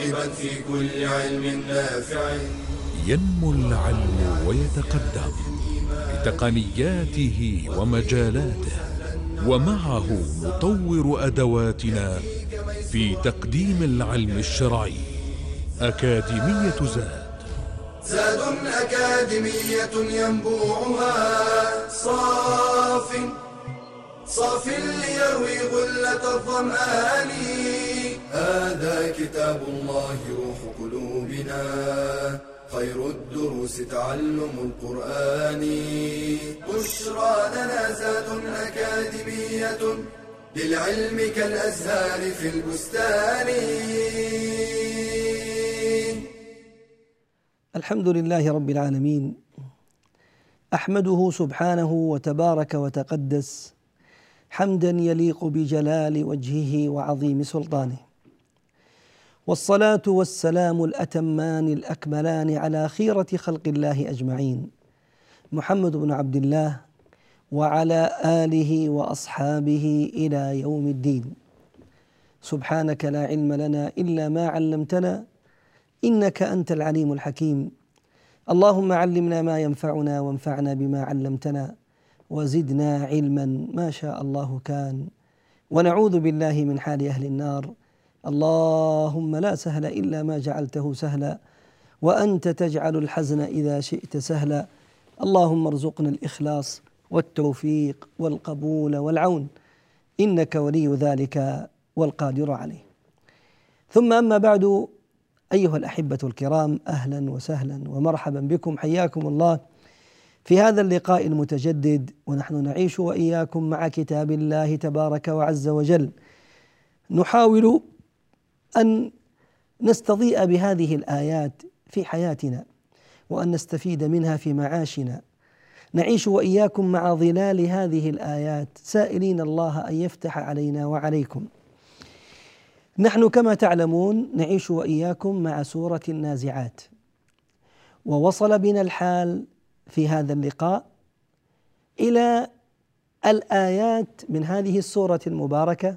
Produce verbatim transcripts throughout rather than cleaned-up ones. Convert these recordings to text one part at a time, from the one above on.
راغبا في كل علم نافع. ينمو العلم ويتقدم بتقنياته ومجالاته، ومعه نطور أدواتنا في تقديم العلم الشرعي. أكاديمية زاد زاد أكاديمية ينبوعها صاف صاف ليروي غلة الظمآن. هذا كتاب الله روح قلوبنا، خير الدروس تعلم القرآن. بشرى لنا زاد أكاديمية للعلم كالأزهار في البستان. الحمد لله رب العالمين، أحمده سبحانه وتبارك وتقدس حمدا يليق بجلال وجهه وعظيم سلطانه، والصلاة والسلام الأتمان الأكملان على خيرة خلق الله أجمعين، محمد بن عبد الله وعلى آله وأصحابه إلى يوم الدين. سبحانك لا علم لنا إلا ما علمتنا إنك أنت العليم الحكيم. اللهم علمنا ما ينفعنا وانفعنا بما علمتنا وزدنا علما ما شاء الله كان، ونعوذ بالله من حال أهل النار. اللهم لا سهل إلا ما جعلته سهلا، وأنت تجعل الحزن إذا شئت سهلا. اللهم ارزقنا الإخلاص والتوفيق والقبول والعون، إنك ولي ذلك والقادر عليه. ثم أما بعد، أيها الأحبة الكرام، أهلا وسهلا ومرحبا بكم، حياكم الله في هذا اللقاء المتجدد، ونحن نعيش وإياكم مع كتاب الله تبارك وعز وجل. نحاول أن نستضيء بهذه الآيات في حياتنا، وأن نستفيد منها في معاشنا. نعيش وإياكم مع ظلال هذه الآيات سائلين الله أن يفتح علينا وعليكم. نحن كما تعلمون نعيش وإياكم مع سورة النازعات، ووصل بنا الحال في هذا اللقاء إلى الآيات من هذه السورة المباركة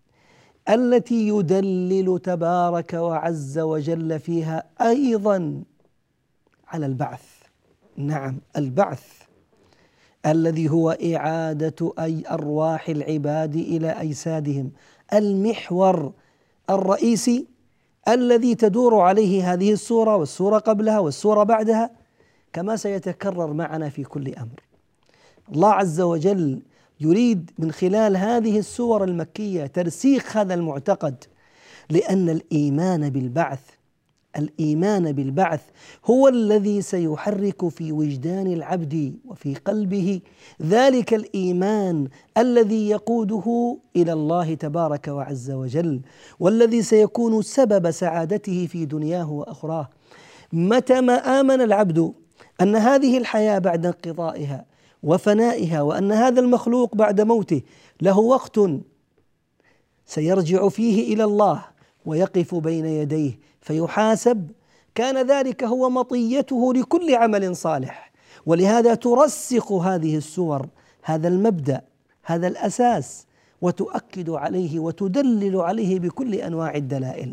التي يدلل تبارك وعز وجل فيها أيضا على البعث. نعم، البعث الذي هو إعادة أي أرواح العباد إلى أجسادهم، المحور الرئيسي الذي تدور عليه هذه السورة والسورة قبلها والسورة بعدها، كما سيتكرر معنا في كل أمر. الله عز وجل يريد من خلال هذه السور المكية ترسيخ هذا المعتقد، لأن الإيمان بالبعث الإيمان بالبعث هو الذي سيحرك في وجدان العبد وفي قلبه ذلك الإيمان الذي يقوده إلى الله تبارك وعز وجل، والذي سيكون سبب سعادته في دنياه وأخراه. متى ما آمن العبد أن هذه الحياة بعد انقضائها وفنائها، وأن هذا المخلوق بعد موته له وقت سيرجع فيه إلى الله ويقف بين يديه فيحاسب، كان ذلك هو مطيته لكل عمل صالح. ولهذا ترسخ هذه السور هذا المبدأ، هذا الأساس، وتؤكد عليه وتدلل عليه بكل أنواع الدلائل.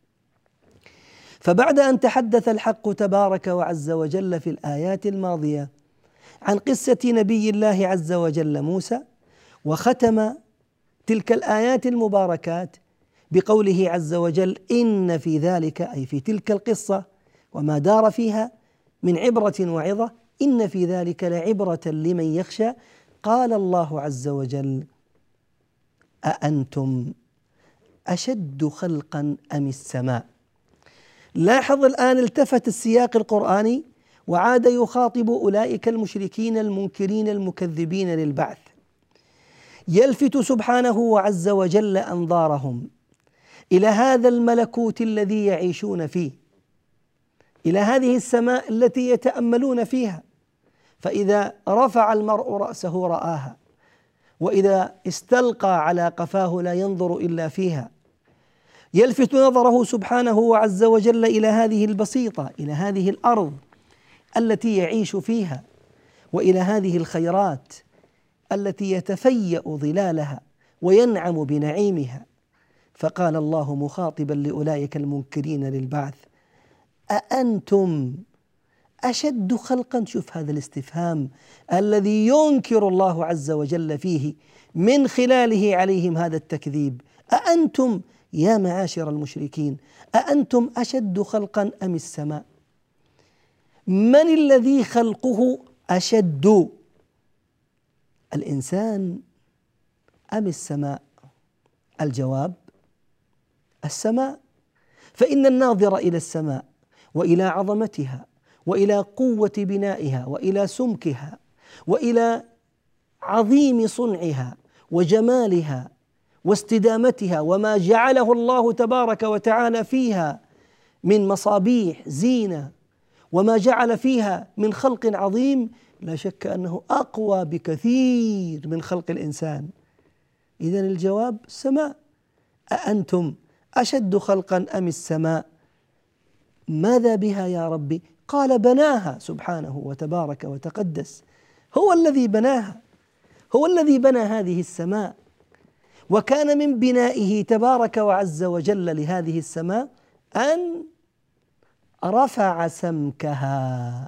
فبعد أن تحدث الحق تبارك وعز وجل في الآيات الماضية عن قصة نبي الله عز وجل موسى، وختم تلك الآيات المباركات بقوله عز وجل: إن في ذلك، أي في تلك القصة وما دار فيها من عبرة وعظة، إن في ذلك لعبرة لمن يخشى. قال الله عز وجل: أأنتم أشد خلقا أم السماء؟ لاحظ الآن التفت السياق القرآني وعاد يخاطب أولئك المشركين المنكرين المكذبين للبعث، يلفت سبحانه وعز وجل أنظارهم إلى هذا الملكوت الذي يعيشون فيه، إلى هذه السماء التي يتأملون فيها، فإذا رفع المرء رأسه رآها، وإذا استلقى على قفاه لا ينظر إلا فيها. يلفت نظره سبحانه وعز وجل إلى هذه البسيطة، إلى هذه الأرض التي يعيش فيها، وإلى هذه الخيرات التي يتفيأ ظلالها وينعم بنعيمها. فقال الله مخاطبا لأولئك المنكرين للبعث: أأنتم أشد خلقا؟ شوف هذا الاستفهام الذي ينكر الله عز وجل فيه من خلاله عليهم هذا التكذيب. أأنتم يا معاشر المشركين أأنتم أشد خلقا أم السماء؟ من الذي خلقه أشد، الإنسان أم السماء؟ الجواب السماء، فإن الناظر إلى السماء وإلى عظمتها وإلى قوة بنائها وإلى سمكها وإلى عظيم صنعها وجمالها واستدامتها وما جعله الله تبارك وتعالى فيها من مصابيح زينة وما جعل فيها من خلق عظيم، لا شك أنه أقوى بكثير من خلق الإنسان. إذن الجواب السماء. أأنتم أشد خلقا أم السماء؟ ماذا بها يا ربي؟ قال: بناها سبحانه وتبارك وتقدس، هو الذي بناها، هو الذي بنى هذه السماء. وكان من بنائه تبارك وعز وجل لهذه السماء أن رفع سمكها،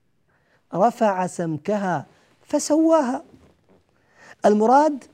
رفع سمكها فسواها. المراد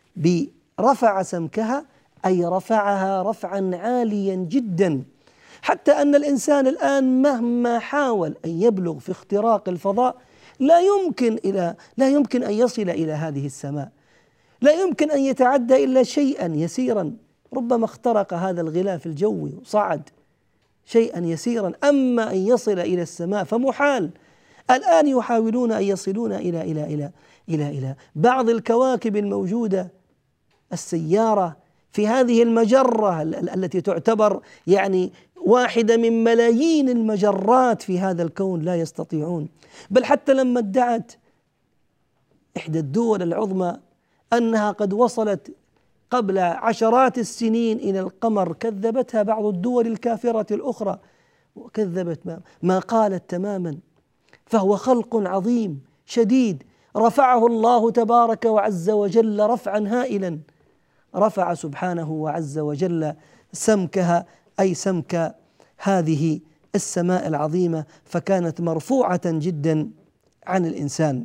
برفع سمكها أي رفعها رفعا عاليا جدا، حتى أن الإنسان الآن مهما حاول أن يبلغ في اختراق الفضاء لا يمكن إلى لا يمكن أن يصل إلى هذه السماء، لا يمكن أن يتعدى إلا شيئا يسيرا، ربما اخترق هذا الغلاف الجوي وصعد شيئا يسيرا، أما أن يصل إلى السماء فمحال. الآن يحاولون أن يصلون إلى إلى إلى إلى إلى بعض الكواكب الموجودة السيارة في هذه المجرة التي تعتبر يعني واحدة من ملايين المجرات في هذا الكون، لا يستطيعون. بل حتى لما ادعت إحدى الدول العظمى أنها قد وصلت قبل عشرات السنين إلى القمر، كذبتها بعض الدول الكافرة الأخرى وكذبت ما قالت تماما. فهو خلق عظيم شديد رفعه الله تبارك وعز وجل رفعا هائلا، رفع سبحانه وعز وجل سمكها أي سمك هذه السماء العظيمة، فكانت مرفوعة جدا عن الإنسان.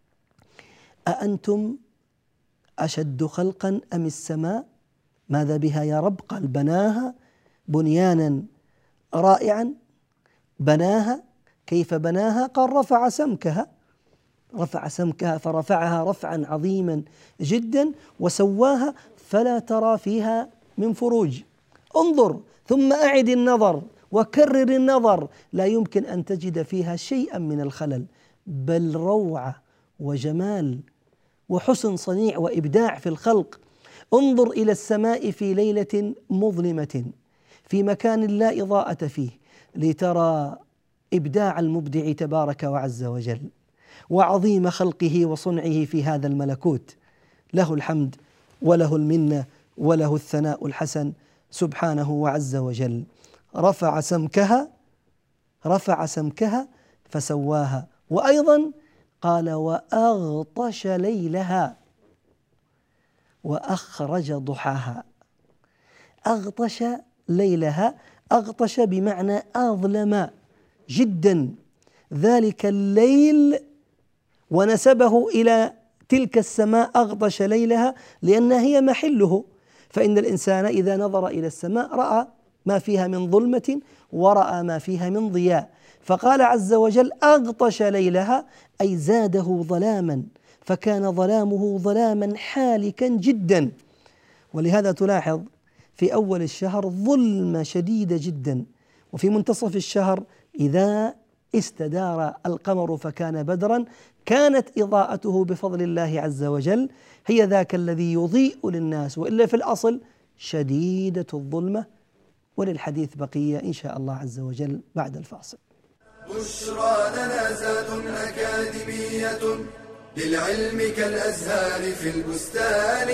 أأنتم أشد خلقا أم السماء؟ ماذا بها يا رب؟ قال: بناها بنيانا رائعا. بناها، كيف بناها؟ قال: رفع سمكها، رفع سمكها فرفعها رفعا عظيما جدا وسواها فلا ترى فيها من فروج. انظر ثم أعد النظر وكرر النظر، لا يمكن أن تجد فيها شيئا من الخلل، بل روعة وجمال وحسن صنيع وإبداع في الخلق. انظر إلى السماء في ليلة مظلمة في مكان لا إضاءة فيه لترى إبداع المبدع تبارك وعز وجل وعظيم خلقه وصنعه في هذا الملكوت. له الحمد وله المنة وله الثناء الحسن سبحانه وعز وجل. رفع سمكها، رفع سمكها فسواها. وأيضا قال: وأغطش ليلها وأخرج ضحاها. أغطش ليلها، أغطش بمعنى أظلم جدا ذلك الليل، ونسبه إلى تلك السماء أغطش ليلها لأنها هي محله. فإن الإنسان إذا نظر إلى السماء رأى ما فيها من ظلمة ورأى ما فيها من ضياء، فقال عز وجل: أغطش ليلها أي زاده ظلاما، فكان ظلامه ظلاما حالكا جدا. ولهذا تلاحظ في أول الشهر ظلمة شديدة جدا، وفي منتصف الشهر إذا استدار القمر فكان بدرا كانت إضاءته بفضل الله عز وجل هي ذاك الذي يضيء للناس، وإلا في الأصل شديدة الظلمة. وللحديث بقية إن شاء الله عز وجل بعد الفاصل. بشرى لنا زاد أكاديمية للعلم كالأزهار في البستان.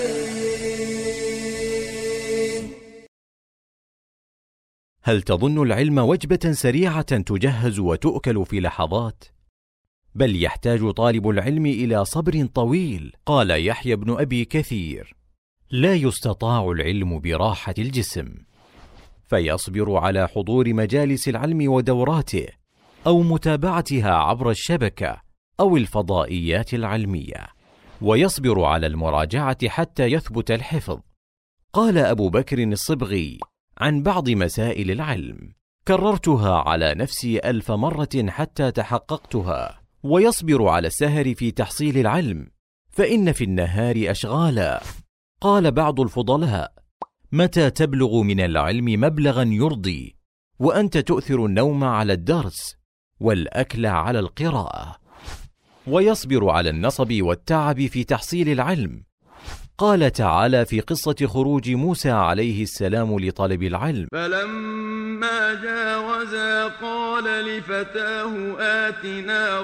هل تظن العلم وجبة سريعة تجهز وتؤكل في لحظات؟ بل يحتاج طالب العلم إلى صبر طويل. قال يحيى بن أبي كثير: لا يستطاع العلم براحة الجسم، فيصبر على حضور مجالس العلم ودوراته أو متابعتها عبر الشبكة أو الفضائيات العلمية، ويصبر على المراجعة حتى يثبت الحفظ. قال أبو بكر الصبغي عن بعض مسائل العلم: كررتها على نفسي ألف مرة حتى تحققتها. ويصبر على السهر في تحصيل العلم، فإن في النهار أشغالا. قال بعض الفضلاء: متى تبلغ من العلم مبلغا يرضي وأنت تؤثر النوم على الدرس والأكل على القراءة؟ ويصبر على النصب والتعب في تحصيل العلم. قال تعالى في قصة خروج موسى عليه السلام لطلب العلم: فلما جاوزا قال لفتاه آتنا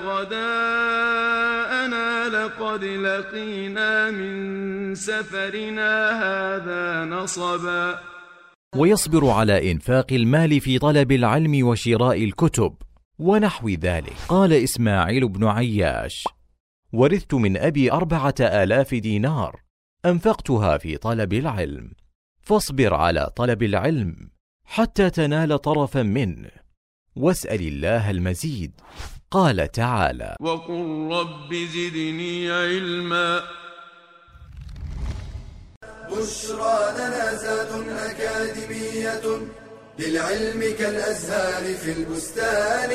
غداءنا لقد لقينا من سفرنا هذا نصبا. ويصبر على إنفاق المال في طلب العلم وشراء الكتب ونحو ذلك. قال إسماعيل بن عياش: ورثت من أبي أربعة آلاف دينار أنفقتها في طلب العلم. فاصبر على طلب العلم حتى تنال طرفا منه، واسأل الله المزيد. قال تعالى: وقل رب زدني علما. بشرى لنا زاد أكاديمية للعلم كالأزهار في البستان.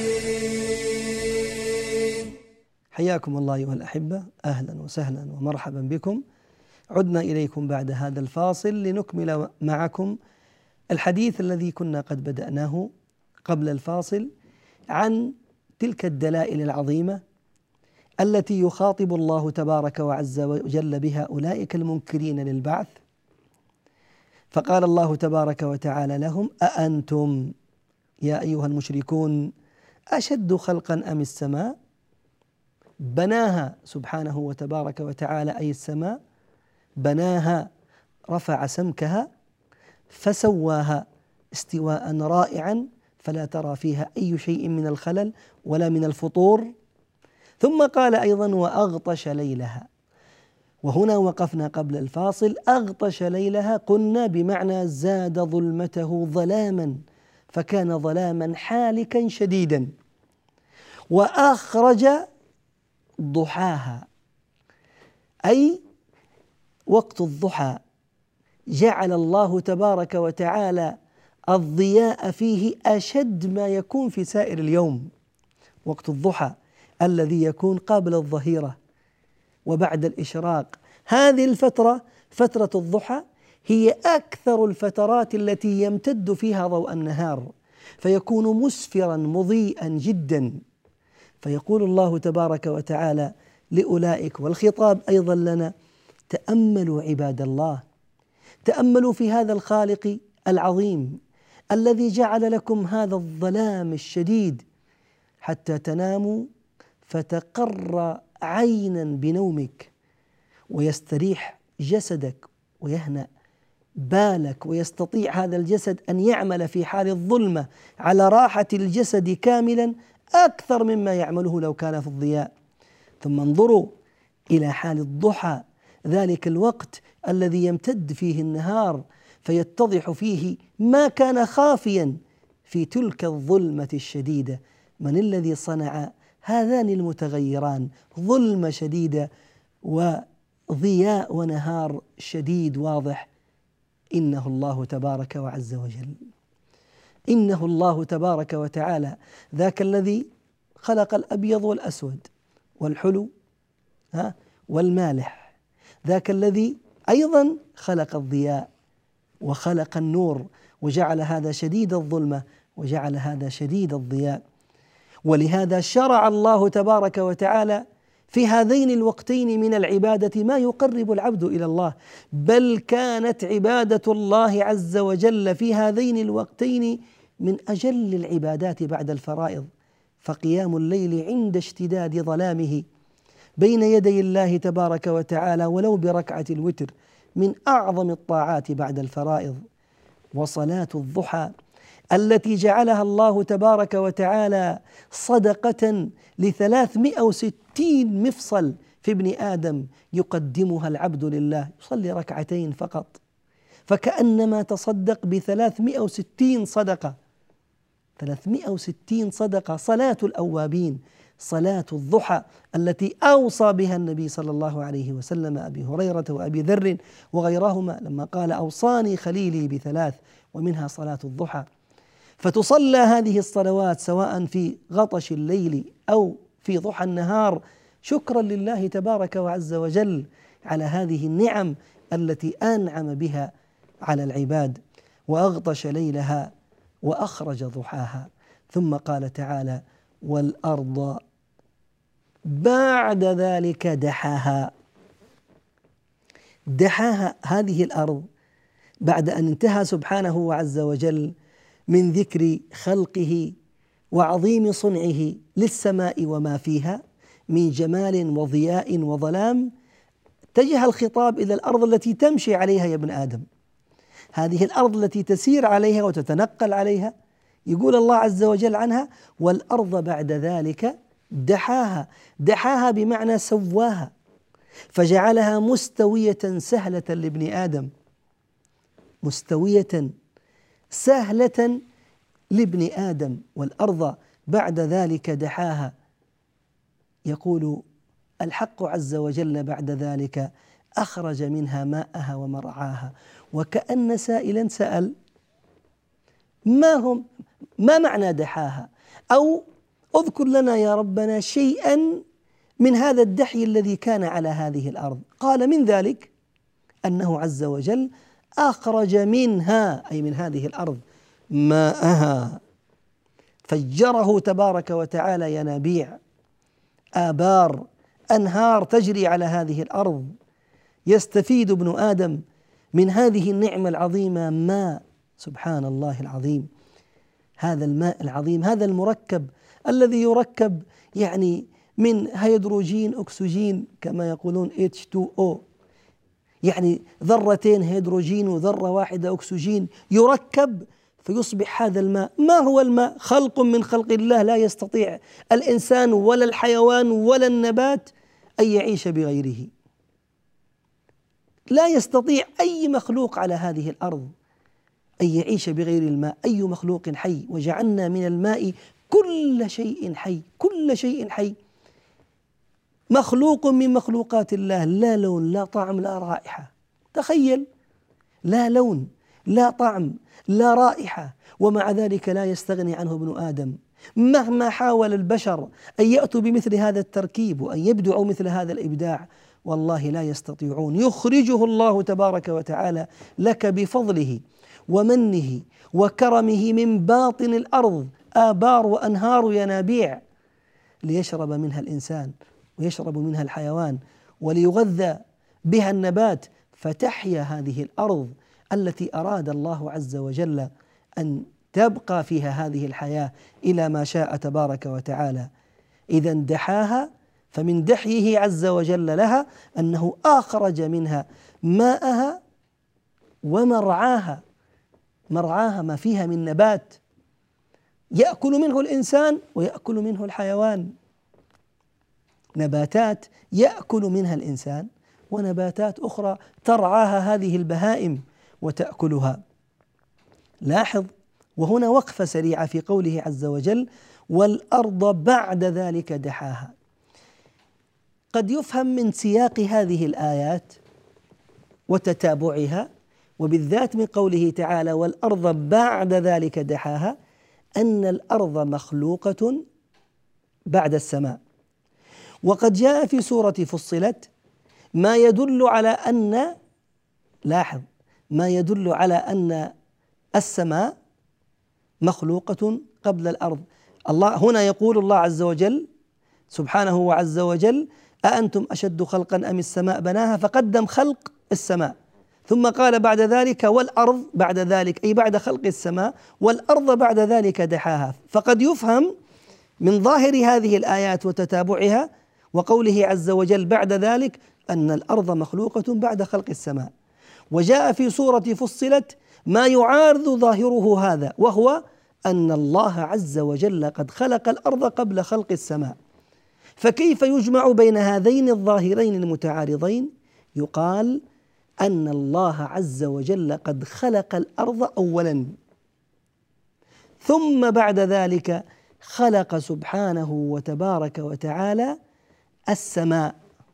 حياكم الله أيها الأحبة، أهلا وسهلا ومرحبا بكم. عدنا إليكم بعد هذا الفاصل لنكمل معكم الحديث الذي كنا قد بدأناه قبل الفاصل عن تلك الدلائل العظيمة التي يخاطب الله تبارك وعز وجل بها أولئك المنكرين للبعث. فقال الله تبارك وتعالى لهم: أأنتم يا أيها المشركون أشد خلقا أم السماء؟ بناها سبحانه وتبارك وتعالى، أي السماء بناها، رفع سمكها فسواها استواء رائعا، فلا ترى فيها أي شيء من الخلل ولا من الفطور. ثم قال أيضا: وأغطش ليلها. وهنا وقفنا قبل الفاصل. أغطش ليلها قلنا بمعنى زاد ظلمته ظلاما، فكان ظلاما حالكا شديدا. وأخرج ضحاها، أي وقت الضحى جعل الله تبارك وتعالى الضياء فيه أشد ما يكون في سائر اليوم. وقت الضحى الذي يكون قبل الظهيرة وبعد الإشراق، هذه الفترة فترة الضحى هي أكثر الفترات التي يمتد فيها ضوء النهار، فيكون مسفرا مضيئا جدا. فيقول الله تبارك وتعالى لأولئك، والخطاب أيضا لنا: تأملوا عباد الله، تأملوا في هذا الخالق العظيم الذي جعل لكم هذا الظلام الشديد حتى تناموا فتقر عينا بنومك، ويستريح جسدك ويهنأ بالك، ويستطيع هذا الجسد أن يعمل في حال الظلمة على راحة الجسد كاملا أكثر مما يعمله لو كان في الضياء. ثم انظروا إلى حال الضحى، ذلك الوقت الذي يمتد فيه النهار فيتضح فيه ما كان خافيا في تلك الظلمة الشديدة. من الذي صنع هذان المتغيران، ظلمة شديدة وضياء ونهار شديد واضح؟ إنه الله تبارك وعز وجل، إنه الله تبارك وتعالى، ذاك الذي خلق الأبيض والأسود والحلو ها والمالح، ذاك الذي أيضا خلق الضياء وخلق النور، وجعل هذا شديد الظلمة وجعل هذا شديد الضياء. ولهذا شرع الله تبارك وتعالى في هذين الوقتين من العبادة ما يقرب العبد إلى الله، بل كانت عبادة الله عز وجل في هذين الوقتين من أجل العبادات بعد الفرائض. فقيام الليل عند اشتداد ظلامه بين يدي الله تبارك وتعالى ولو بركعة الوتر من أعظم الطاعات بعد الفرائض. وصلاة الضحى التي جعلها الله تبارك وتعالى صدقة لثلاثمائة وستين مفصل في ابن آدم يقدمها العبد لله، يصلي ركعتين فقط، فكأنما تصدق بثلاثمائة وستين صدقة، ثلاثمائة وستين صدقة. صلاة الأوابين، صلاة الضحى التي أوصى بها النبي صلى الله عليه وسلم أبي هريرة وأبي ذر وغيرهما لما قال أوصاني خليلي بثلاث، ومنها صلاة الضحى. فتصلى هذه الصلوات سواء في غطش الليل أو في ضحى النهار، شكرا لله تبارك وعز وجل على هذه النعم التي أنعم بها على العباد. وأغطش ليلها وأخرج ضحاها. ثم قال تعالى: والأرض بعد ذلك دحاها. دحاها، هذه الأرض بعد أن انتهى سبحانه وعز وجل من ذكر خلقه وعظيم صنعه للسماء وما فيها من جمال وضياء وظلام، اتجه الخطاب إلى الأرض التي تمشي عليها يا ابن آدم، هذه الأرض التي تسير عليها وتتنقل عليها. يقول الله عز وجل عنها: والأرض بعد ذلك دحاها. دحاها بمعنى سواها، فجعلها مستوية سهلة لابن آدم، مستوية سهلة لابن آدم. والأرض بعد ذلك دحاها. يقول الحق عز وجل بعد ذلك: أخرج منها ماءها ومرعاها. وكأن سائلا سأل: ما هم ما معنى دحاها؟ أو اذكر لنا يا ربنا شيئا من هذا الدحي الذي كان على هذه الأرض. قال: من ذلك أنه عز وجل أخرج منها، أي من هذه الأرض، ماءها، فجره تبارك وتعالى ينابيع، آبار، أنهار تجري على هذه الأرض. يستفيد ابن آدم من هذه النعمة العظيمة ماء. سبحان الله العظيم، هذا الماء العظيم، هذا المركب الذي يركب يعني من هيدروجين أكسجين كما يقولون إتش تو أو، يعني ذرتين هيدروجين وذرة واحدة أكسجين يركب فيصبح هذا الماء. ما هو الماء؟ خلق من خلق الله، لا يستطيع الإنسان ولا الحيوان ولا النبات أن يعيش بغيره، لا يستطيع أي مخلوق على هذه الأرض أن يعيش بغير الماء، أي مخلوق حي. وجعلنا من الماء كل شيء حي، كل شيء حي، مخلوق من مخلوقات الله، لا لون لا طعم لا رائحة. تخيل، لا لون لا طعم لا رائحة، ومع ذلك لا يستغني عنه ابن آدم. مهما حاول البشر أن يأتوا بمثل هذا التركيب وأن يبدعوا مثل هذا الإبداع، والله لا يستطيعون. يخرجه الله تبارك وتعالى لك بفضله ومنه وكرمه من باطن الأرض، آبار وأنهار ينابيع، ليشرب منها الإنسان ويشرب منها الحيوان وليغذى بها النبات، فتحيا هذه الأرض التي أراد الله عز وجل أن تبقى فيها هذه الحياة إلى ما شاء تبارك وتعالى. إذا دحاها، فمن دحيه عز وجل لها أنه أخرج منها ماءها ومرعاها. مرعاها ما فيها من نبات يأكل منه الإنسان ويأكل منه الحيوان، نباتات يأكل منها الإنسان ونباتات أخرى ترعاها هذه البهائم وتأكلها. لاحظ، وهنا وقفة سريعة في قوله عز وجل: والأرض بعد ذلك دحاها. قد يفهم من سياق هذه الآيات وتتابعها، وبالذات من قوله تعالى: والأرض بعد ذلك دحاها، أن الأرض مخلوقة بعد السماء. وقد جاء في سورة فصلت ما يدل على أن، لاحظ، ما يدل على أن السماء مخلوقة قبل الأرض. الله هنا يقول الله عز وجل سبحانه وعز وجل: أأنتم أشد خلقا أم السماء بناها، فقدم خلق السماء، ثم قال بعد ذلك: والأرض بعد ذلك، أي بعد خلق السماء، والأرض بعد ذلك دحاها. فقد يفهم من ظاهر هذه الآيات وتتابعها وقوله عز وجل بعد ذلك أن الأرض مخلوقة بعد خلق السماء. وجاء في سورة فصلت ما يعارض ظاهره هذا، وهو أن الله عز وجل قد خلق الأرض قبل خلق السماء، فكيف يجمع بين هذين الظاهرين المتعارضين؟ يقال أن الله عز وجل قد خلق الأرض أولا، ثم بعد ذلك خلق سبحانه وتبارك وتعالى السماء،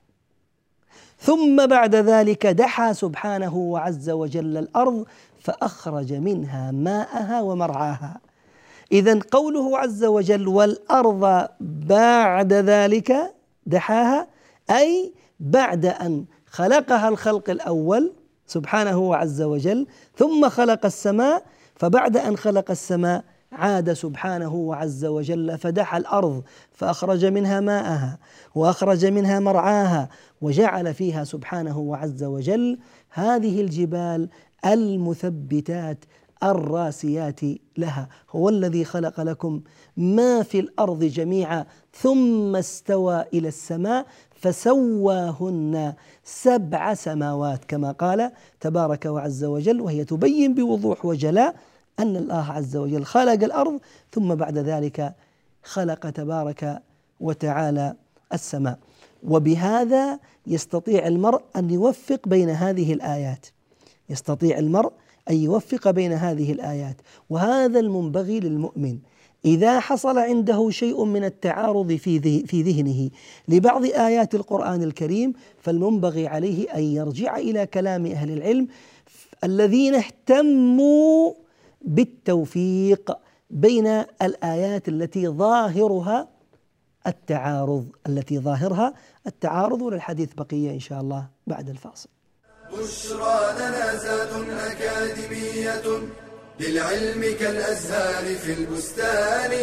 ثم بعد ذلك دحى سبحانه وعز وجل الأرض فأخرج منها ماءها ومرعاها. إذن قوله عز وجل والأرض بعد ذلك دحاها، أي بعد أن خلقها الخلق الأول سبحانه عز وجل، ثم خلق السماء، فبعد أن خلق السماء عاد سبحانه عز وجل فدحى الأرض فأخرج منها ماءها وأخرج منها مرعاها، وجعل فيها سبحانه عز وجل هذه الجبال المثبتات الراسيات لها. هو الذي خلق لكم ما في الأرض جميعا ثم استوى إلى السماء فسواهن سبع سماوات، كما قال تبارك وعز وجل، وهي تبين بوضوح وجلاء أن الله عز وجل خلق الأرض ثم بعد ذلك خلق تبارك وتعالى السماء. وبهذا يستطيع المرء أن يوفق بين هذه الآيات، يستطيع المرء أن يوفق بين هذه الآيات، وهذا المنبغي للمؤمن. إذا حصل عنده شيء من التعارض في في ذهنه لبعض آيات القرآن الكريم، فالمنبغي عليه أن يرجع إلى كلام أهل العلم الذين اهتموا بالتوفيق بين الآيات التي ظاهرها التعارض التي ظاهرها التعارض وللحديث بقية إن شاء الله بعد الفاصل. بشرى لنا زاد أكاديمية للعلم كالأزهار في البستان.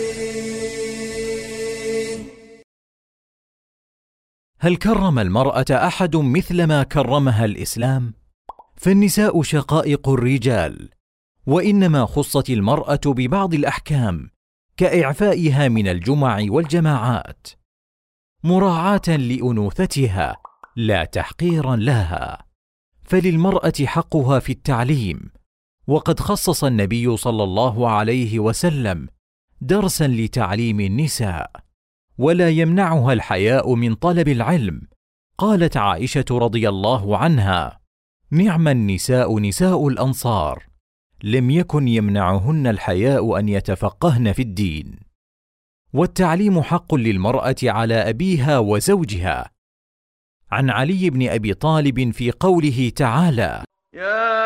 هل كرم المرأة أحد مثل ما كرمها الإسلام؟ فالنساء شقائق الرجال، وإنما خصت المرأة ببعض الأحكام كإعفائها من الجمع والجماعات مراعاة لأنوثتها لا تحقيرا لها. فللمرأة حقها في التعليم، وقد خصص النبي صلى الله عليه وسلم درسا لتعليم النساء، ولا يمنعها الحياء من طلب العلم. قالت عائشة رضي الله عنها: نعم النساء نساء الأنصار، لم يكن يمنعهن الحياء أن يتفقهن في الدين. والتعليم حق للمرأة على أبيها وزوجها. عن علي بن أبي طالب في قوله تعالى: يا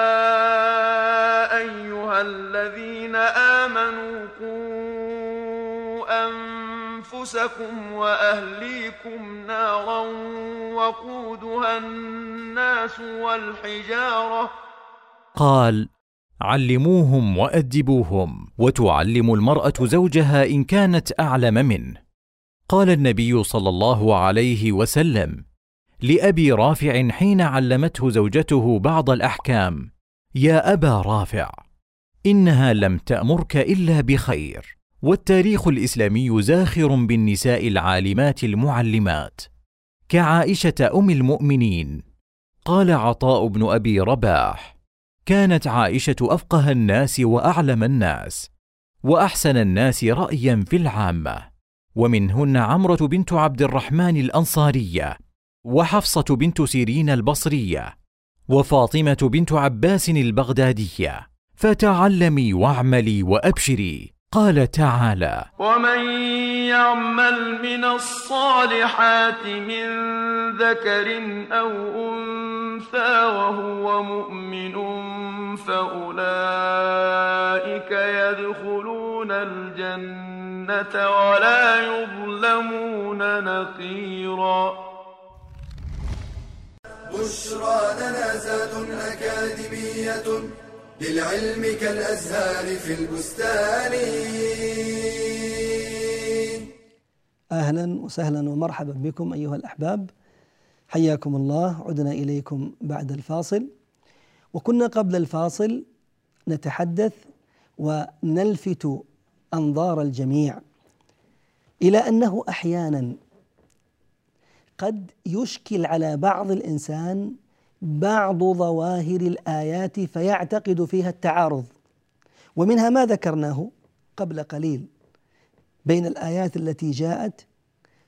أيها الذين آمنوا قوا أنفسكم وأهليكم نارا وقودها الناس والحجارة. قال: علموهم وأدبوهم. وتعلم المرأة زوجها إن كانت أعلم منه. قال النبي صلى الله عليه وسلم لأبي رافع حين علمته زوجته بعض الأحكام: يا أبا رافع، إنها لم تأمرك إلا بخير. والتاريخ الإسلامي زاخر بالنساء العالمات المعلمات كعائشة أم المؤمنين. قال عطاء بن أبي رباح: كانت عائشة أفقه الناس وأعلم الناس وأحسن الناس رأيا في العامة. ومنهن عمرة بنت عبد الرحمن الأنصارية، وحفصة بنت سيرين البصرية، وفاطمة بنت عباس البغدادية. فتعلمي واعملي وأبشري. قال تعالى: ومن يعمل من الصالحات من ذكر أو أنثى وهو مؤمن فأولئك يدخلون الجنة ولا يظلمون نقيرا. بشرى لنا زاد أكاديمية للعلم كالأزهار في البستان. أهلا وسهلا ومرحبا بكم أيها الأحباب، حياكم الله. عدنا إليكم بعد الفاصل، وكنا قبل الفاصل نتحدث ونلفت أنظار الجميع إلى أنه أحيانا قد يشكل على بعض الإنسان بعض ظواهر الآيات فيعتقد فيها التعارض، ومنها ما ذكرناه قبل قليل بين الآيات التي جاءت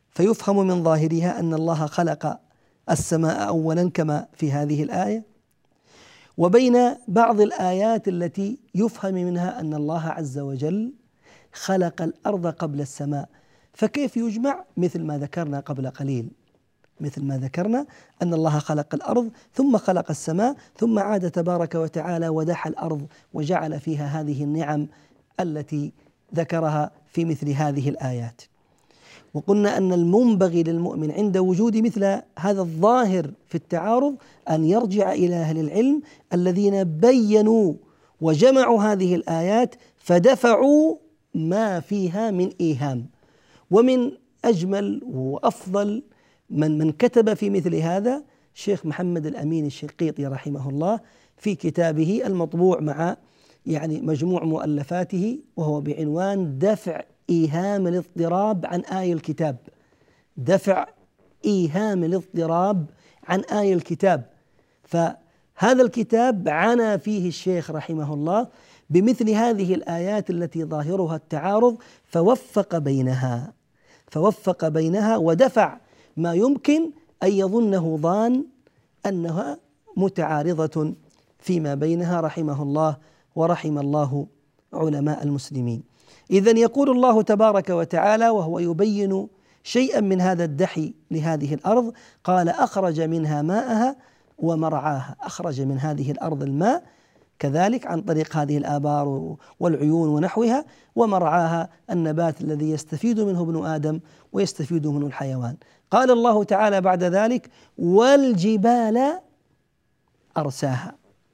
فيفهم من ظاهرها أن الله خلق السماء أولا كما في هذه الآية، وبين بعض الآيات التي يفهم منها أن الله عز وجل خلق الأرض قبل السماء. فكيف يجمع؟ مثل ما ذكرنا قبل قليل، مثل ما ذكرنا أن الله خلق الأرض ثم خلق السماء ثم عاد تبارك وتعالى ودح الأرض وجعل فيها هذه النعم التي ذكرها في مثل هذه الآيات. وقلنا أن المنبغي للمؤمن عند وجود مثل هذا الظاهر في التعارض أن يرجع إلى أهل العلم الذين بينوا وجمعوا هذه الآيات فدفعوا ما فيها من إيهام. ومن أجمل وأفضل من من كتب في مثل هذا الشيخ محمد الأمين الشنقيطي رحمه الله في كتابه المطبوع مع يعني مجموع مؤلفاته، وهو بعنوان دفع إيهام الاضطراب عن آي الكتاب. دفع إيهام الاضطراب عن آي الكتاب. فهذا الكتاب عنى فيه الشيخ رحمه الله بمثل هذه الآيات التي ظاهرها التعارض، فوفق بينها فوفق بينها ودفع ما يمكن أن يظنه ظان أنها متعارضة فيما بينها رحمه الله ورحم الله علماء المسلمين. إذن يقول الله تبارك وتعالى وهو يبين شيئا من هذا الدحي لهذه الأرض، قال أخرج منها ماءها ومرعاها. أخرج من هذه الأرض الماء كذلك عن طريق هذه الآبار والعيون ونحوها، ومرعاها النبات الذي يستفيد منه ابن آدم ويستفيد منه الحيوان. قال الله تعالى بعد ذلك والجبال أرساها.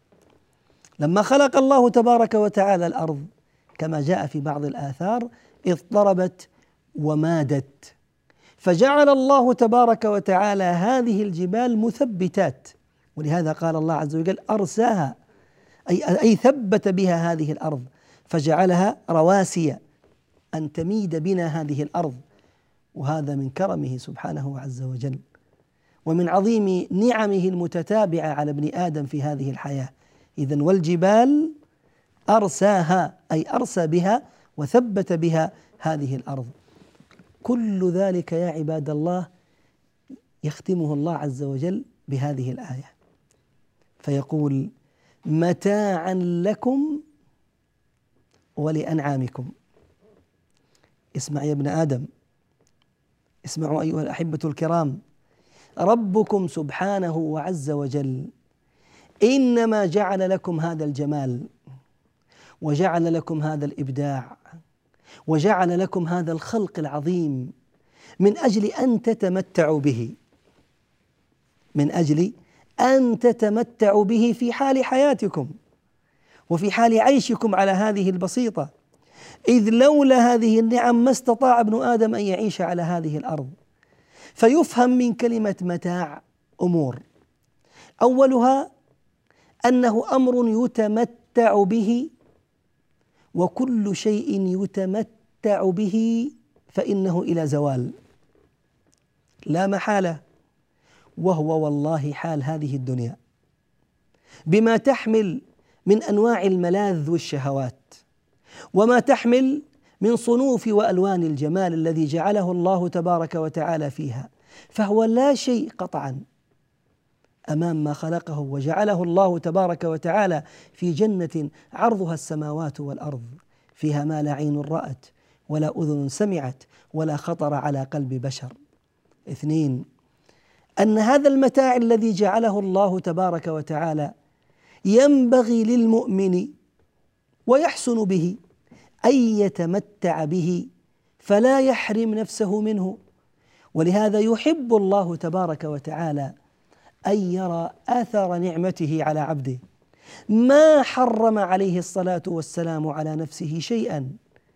لما خلق الله تبارك وتعالى الأرض كما جاء في بعض الآثار اضطربت ومادت، فجعل الله تبارك وتعالى هذه الجبال مثبتات، ولهذا قال الله عز وجل أرساها أي, أي ثبت بها هذه الأرض، فجعلها رواسي أن تميد بنا هذه الأرض. وهذا من كرمه سبحانه عز وجل ومن عظيم نعمه المتتابعة على ابن آدم في هذه الحياة. إذن والجبال أرساها أي أرسى بها وثبت بها هذه الأرض. كل ذلك يا عباد الله يختمه الله عز وجل بهذه الآية فيقول متاعا لكم ولأنعامكم. اسمع يا ابن آدم، اسمعوا أيها الأحبة الكرام، ربكم سبحانه وعز وجل إنما جعل لكم هذا الجمال وجعل لكم هذا الإبداع وجعل لكم هذا الخلق العظيم من أجل أن تتمتعوا به، من أجل أن تتمتعوا به في حال حياتكم وفي حال عيشكم على هذه البسيطة. إذ لولا هذه النعم ما استطاع ابن آدم أن يعيش على هذه الأرض. فيفهم من كلمة متاع أمور، أولها أنه أمر يتمتع به، وكل شيء يتمتع به فإنه إلى زوال لا محالة، وهو والله حال هذه الدنيا بما تحمل من أنواع الملاذ والشهوات، وما تحمل من صنوف وألوان الجمال الذي جعله الله تبارك وتعالى فيها، فهو لا شيء قطعا أمام ما خلقه وجعله الله تبارك وتعالى في جنة عرضها السماوات والأرض، فيها ما لا عين رأت ولا أذن سمعت ولا خطر على قلب بشر. اثنين، أن هذا المتاع الذي جعله الله تبارك وتعالى ينبغي للمؤمن ويحسن به أن يتمتع به فلا يحرم نفسه منه. ولهذا يحب الله تبارك وتعالى أن يرى أثر نعمته على عبده. ما حرم عليه الصلاة والسلام على نفسه شيئا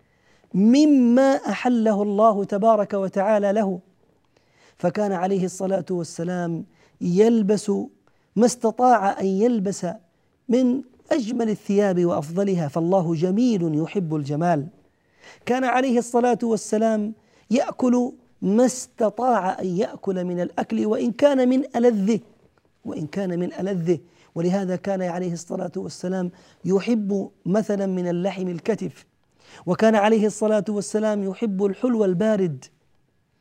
مما أحله الله تبارك وتعالى له، فكان عليه الصلاة والسلام يلبس ما استطاع أن يلبس من أجمل الثياب وأفضلها، فالله جميل يحب الجمال. كان عليه الصلاة والسلام يأكل ما استطاع أن يأكل من الأكل وإن كان من ألذه وإن كان من ألذه ولهذا كان عليه الصلاة والسلام يحب مثلا من اللحم الكتف، وكان عليه الصلاة والسلام يحب الحلو البارد،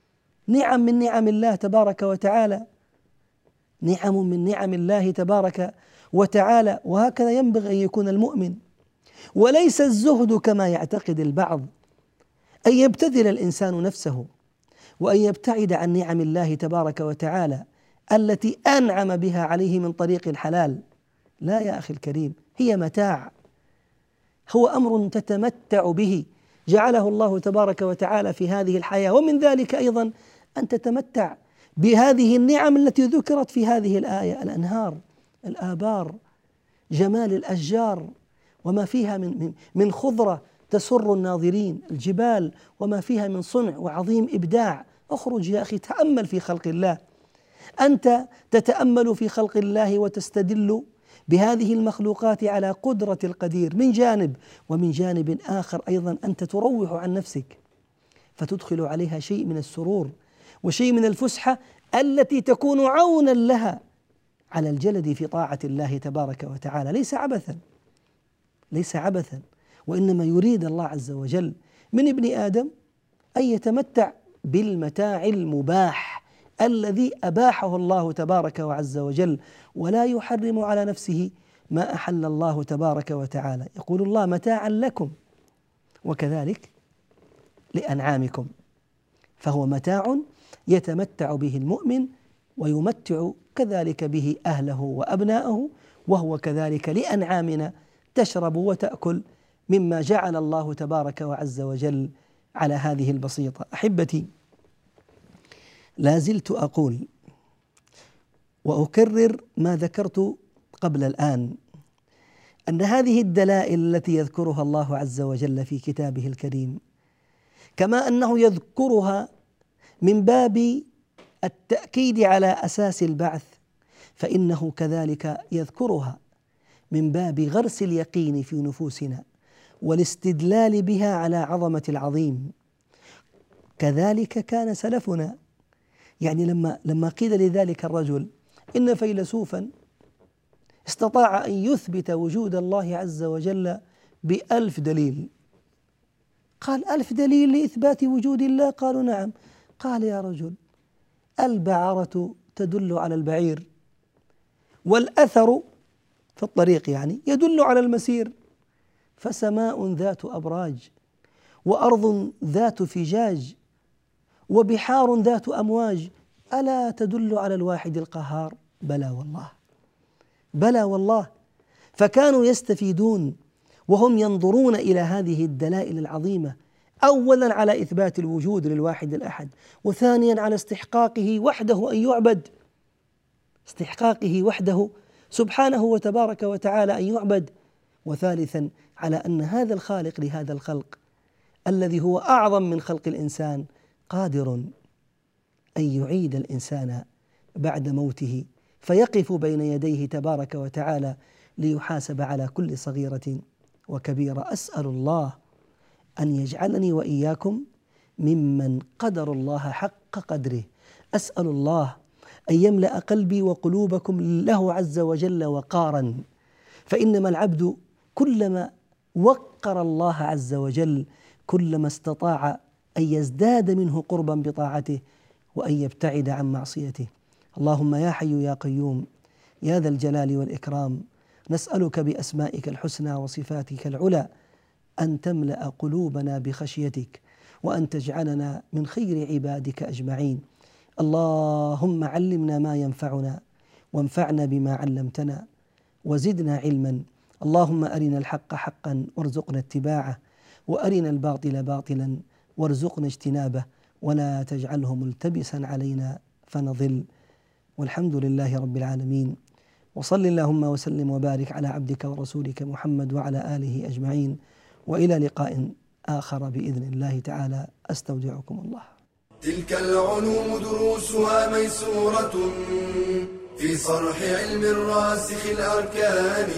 نعم من نعم الله تبارك وتعالى، نعم من نعم الله تبارك وتعالى. وهكذا ينبغي أن يكون المؤمن. وليس الزهد كما يعتقد البعض أن يبتذل الإنسان نفسه وأن يبتعد عن نعم الله تبارك وتعالى التي أنعم بها عليه من طريق الحلال. لا يا أخي الكريم، هي متاع، هو أمر تتمتع به جعله الله تبارك وتعالى في هذه الحياة. ومن ذلك أيضا أن تتمتع بهذه النعم التي ذكرت في هذه الآية: الأنهار، الآبار، جمال الأشجار وما فيها من من خضرة تسر الناظرين، الجبال وما فيها من صنع وعظيم إبداع. اخرج يا أخي، تأمل في خلق الله. أنت تتأمل في خلق الله وتستدل بهذه المخلوقات على قدرة القدير من جانب، ومن جانب آخر أيضا أنت تروح عن نفسك فتدخل عليها شيء من السرور وشيء من الفسحة التي تكون عونا لها على الجلد في طاعة الله تبارك وتعالى. ليس عبثا، ليس عبثا، وإنما يريد الله عز وجل من ابن آدم أن يتمتع بالمتاع المباح الذي أباحه الله تبارك وعز وجل، ولا يحرم على نفسه ما أحل الله تبارك وتعالى. يقول الله: متاعا لكم وكذلك لأنعامكم. فهو متاع يتمتع به المؤمن ويمتع كذلك به أهله وأبناءه، وهو كذلك لأنعامنا تشرب وتأكل مما جعل الله تبارك وعز وجل على هذه البسيطة. أحبتي، لا زلت أقول وأكرر ما ذكرت قبل الآن، أن هذه الدلائل التي يذكرها الله عز وجل في كتابه الكريم، كما أنه يذكرها من باب التأكيد على أساس البعث، فإنه كذلك يذكرها من باب غرس اليقين في نفوسنا والاستدلال بها على عظمة العظيم. كذلك كان سلفنا. يعني لما لما قيل لذلك الرجل إن فيلسوفا استطاع أن يثبت وجود الله عز وجل بألف دليل، قال: ألف دليل لإثبات وجود الله؟ قالوا: نعم. قال: يا رجل، البعرة تدل على البعير، والأثر في الطريق يعني يدل على المسير، فسماء ذات أبراج، وأرض ذات فجاج، وبحار ذات أمواج، ألا تدل على الواحد القهار؟ بلى والله، بلى والله. فكانوا يستفيدون وهم ينظرون إلى هذه الدلائل العظيمة، أولا على إثبات الوجود للواحد الأحد، وثانيا على استحقاقه وحده أن يعبد، استحقاقه وحده سبحانه وتبارك وتعالى أن يعبد، وثالثا على أن هذا الخالق لهذا الخلق الذي هو أعظم من خلق الإنسان قادر أن يعيد الإنسان بعد موته، فيقف بين يديه تبارك وتعالى ليحاسب على كل صغيرة وكبيرة. أسأل الله أن يجعلني وإياكم ممن قدر الله حق قدره. أسأل الله أن يملأ قلبي وقلوبكم له عز وجل وقارا، فإنما العبد كلما وقر الله عز وجل كلما استطاع أن يزداد منه قربا بطاعته وأن يبتعد عن معصيته. اللهم يا حي يا قيوم يا ذا الجلال والإكرام، نسألك بأسمائك الحسنى وصفاتك العلى أن تملأ قلوبنا بخشيتك، وأن تجعلنا من خير عبادك أجمعين. اللهم علمنا ما ينفعنا، وانفعنا بما علمتنا، وزدنا علما. اللهم أرنا الحق حقا وارزقنا اتباعه، وأرنا الباطل باطلا وارزقنا اجتنابه، ولا تجعله ملتبسا علينا فنضل. والحمد لله رب العالمين، وصل اللهم وسلم وبارك على عبدك ورسولك محمد وعلى آله أجمعين، وإلى لقاء آخر بإذن الله تعالى. أستودعكم الله. تلك العلوم دروسها ميسورة في صرح علم الراسخ الأركان.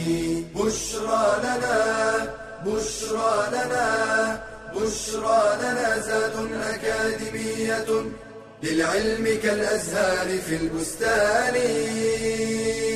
بشرى لنا بشرى لنا بشرى لنا زاد أكاديمية للعلم كالأزهار في البستان.